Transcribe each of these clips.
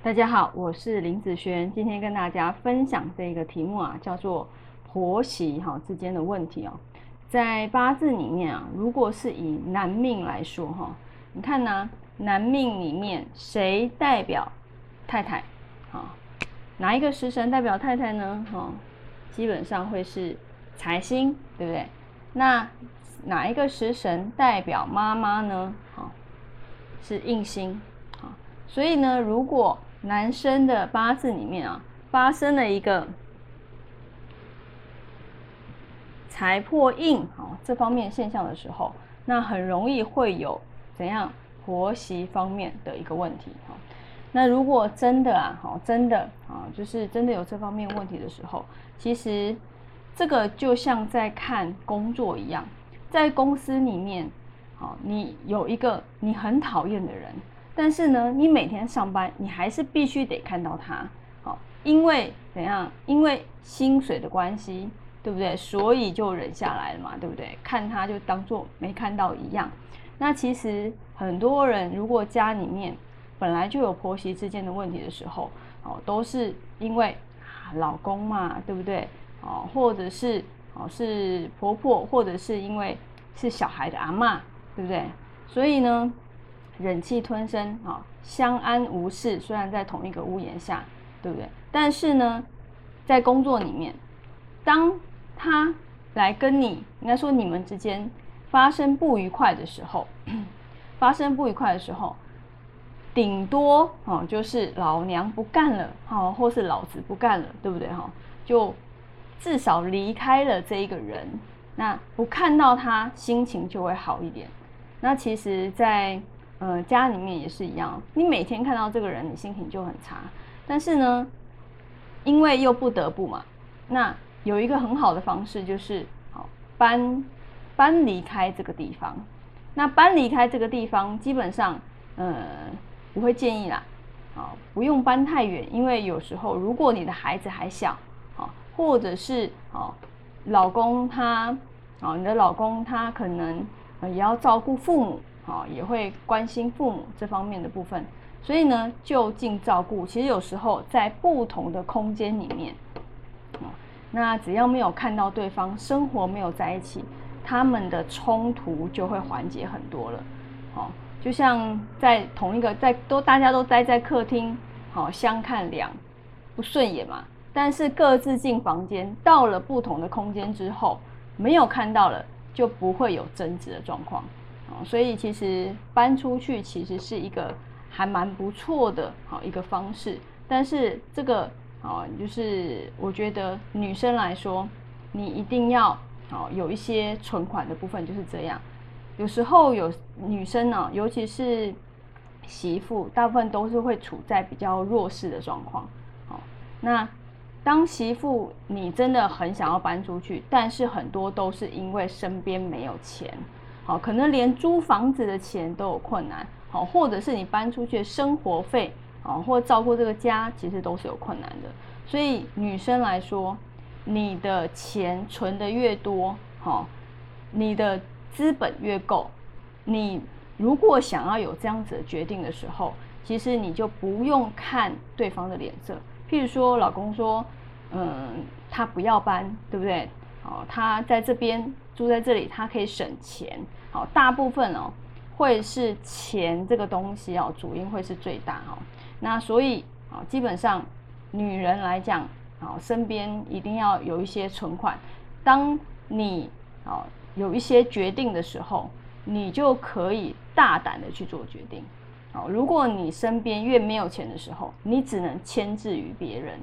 大家好，我是林子璇，今天跟大家分享这个题目啊，叫做婆媳之间的问题哦。在八字里面啊，如果是以男命来说哈，你看呢，男命里面谁代表太太？哪一个食神代表太太呢？基本上会是财星，对不对？那哪一个食神代表妈妈呢？是印星。所以呢，如果男生的八字里面啊，发生了一个财破印这方面现象的时候，那很容易会有怎样婆媳方面的一个问题。那如果真的就是真的有这方面问题的时候，其实这个就像在看工作一样，在公司里面，你有一个你很讨厌的人，但是呢，你每天上班，你还是必须得看到他，因为怎样？因为薪水的关系，对不对？所以就忍下来了嘛，对不对？看他就当做没看到一样。那其实很多人如果家里面本来就有婆媳之间的问题的时候，都是因为老公嘛，对不对？或者是是婆婆，或者是因为是小孩的阿嬷，对不对？所以呢，忍气吞声相安无事。虽然在同一个屋檐下，对不对？但是呢，在工作里面，当他来跟你，应该说你们之间发生不愉快的时候，顶多就是老娘不干了或是老子不干了，对不对就至少离开了这一个人，那不看到他心情就会好一点。那其实在家里面也是一样，你每天看到这个人，你心情就很差。但是呢，因为又不得不嘛，那有一个很好的方式就是搬离开这个地方。那搬离开这个地方，基本上我会建议啦，不用搬太远，因为有时候如果你的孩子还小，或者是老公他你的老公他可能也要照顾父母，也会关心父母这方面的部分，所以呢，就近照顾。其实有时候在不同的空间里面，那只要没有看到对方，生活没有在一起，他们的冲突就会缓解很多了。就像在同一个大家都待在客厅，相看两不顺眼嘛，但是各自进房间，到了不同的空间之后，没有看到了，就不会有争执的状况。所以其实搬出去其实是一个还蛮不错的一个方式。但是这个就是我觉得女生来说，你一定要有一些存款的部分，就是这样。有时候有女生呢，尤其是媳妇，大部分都是会处在比较弱势的状况。那当媳妇你真的很想要搬出去，但是很多都是因为身边没有钱，可能连租房子的钱都有困难，或者是你搬出去的生活费或照顾这个家，其实都是有困难的。所以女生来说，你的钱存得越多，你的资本越够，你如果想要有这样子的决定的时候，其实你就不用看对方的脸色。譬如说老公说他不要搬，对不对？他在这边住在这里，他可以省钱。大部分会是钱这个东西主因会是最大那所以基本上女人来讲身边一定要有一些存款。当你有一些决定的时候，你就可以大胆的去做决定。如果你身边越没有钱的时候，你只能牵制于别人，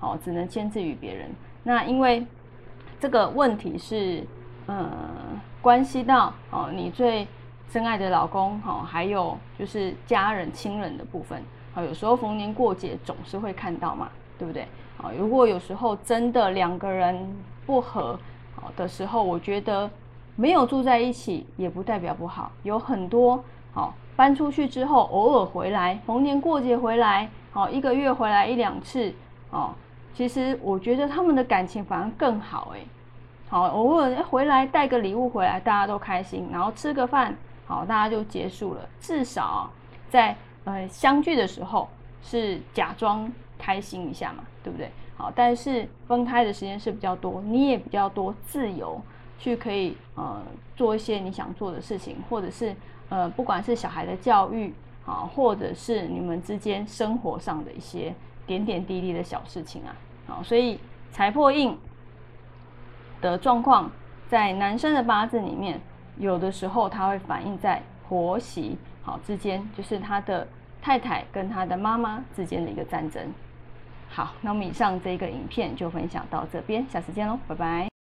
那因为这个问题是关系到你最深爱的老公还有就是家人亲人的部分。有时候逢年过节总是会看到嘛，对不对？如果有时候真的两个人不合的时候，我觉得没有住在一起也不代表不好。有很多搬出去之后偶尔回来，逢年过节回来1个月回来1-2次其实我觉得他们的感情反而更好偶尔回来带个礼物回来，大家都开心，然后吃个饭大家就结束了。至少在相聚的时候是假装开心一下嘛，对不对？好，但是分开的时间是比较多，你也比较多自由去可以做一些你想做的事情，或者是不管是小孩的教育啊，或者是你们之间生活上的一些点点滴滴的小事情啊。好，所以财破印的状况在男生的八字里面，有的时候它会反映在婆媳好之间，就是他的太太跟他的妈妈之间的一个战争。好，那我们以上这个影片就分享到这边，下次见喽，拜拜。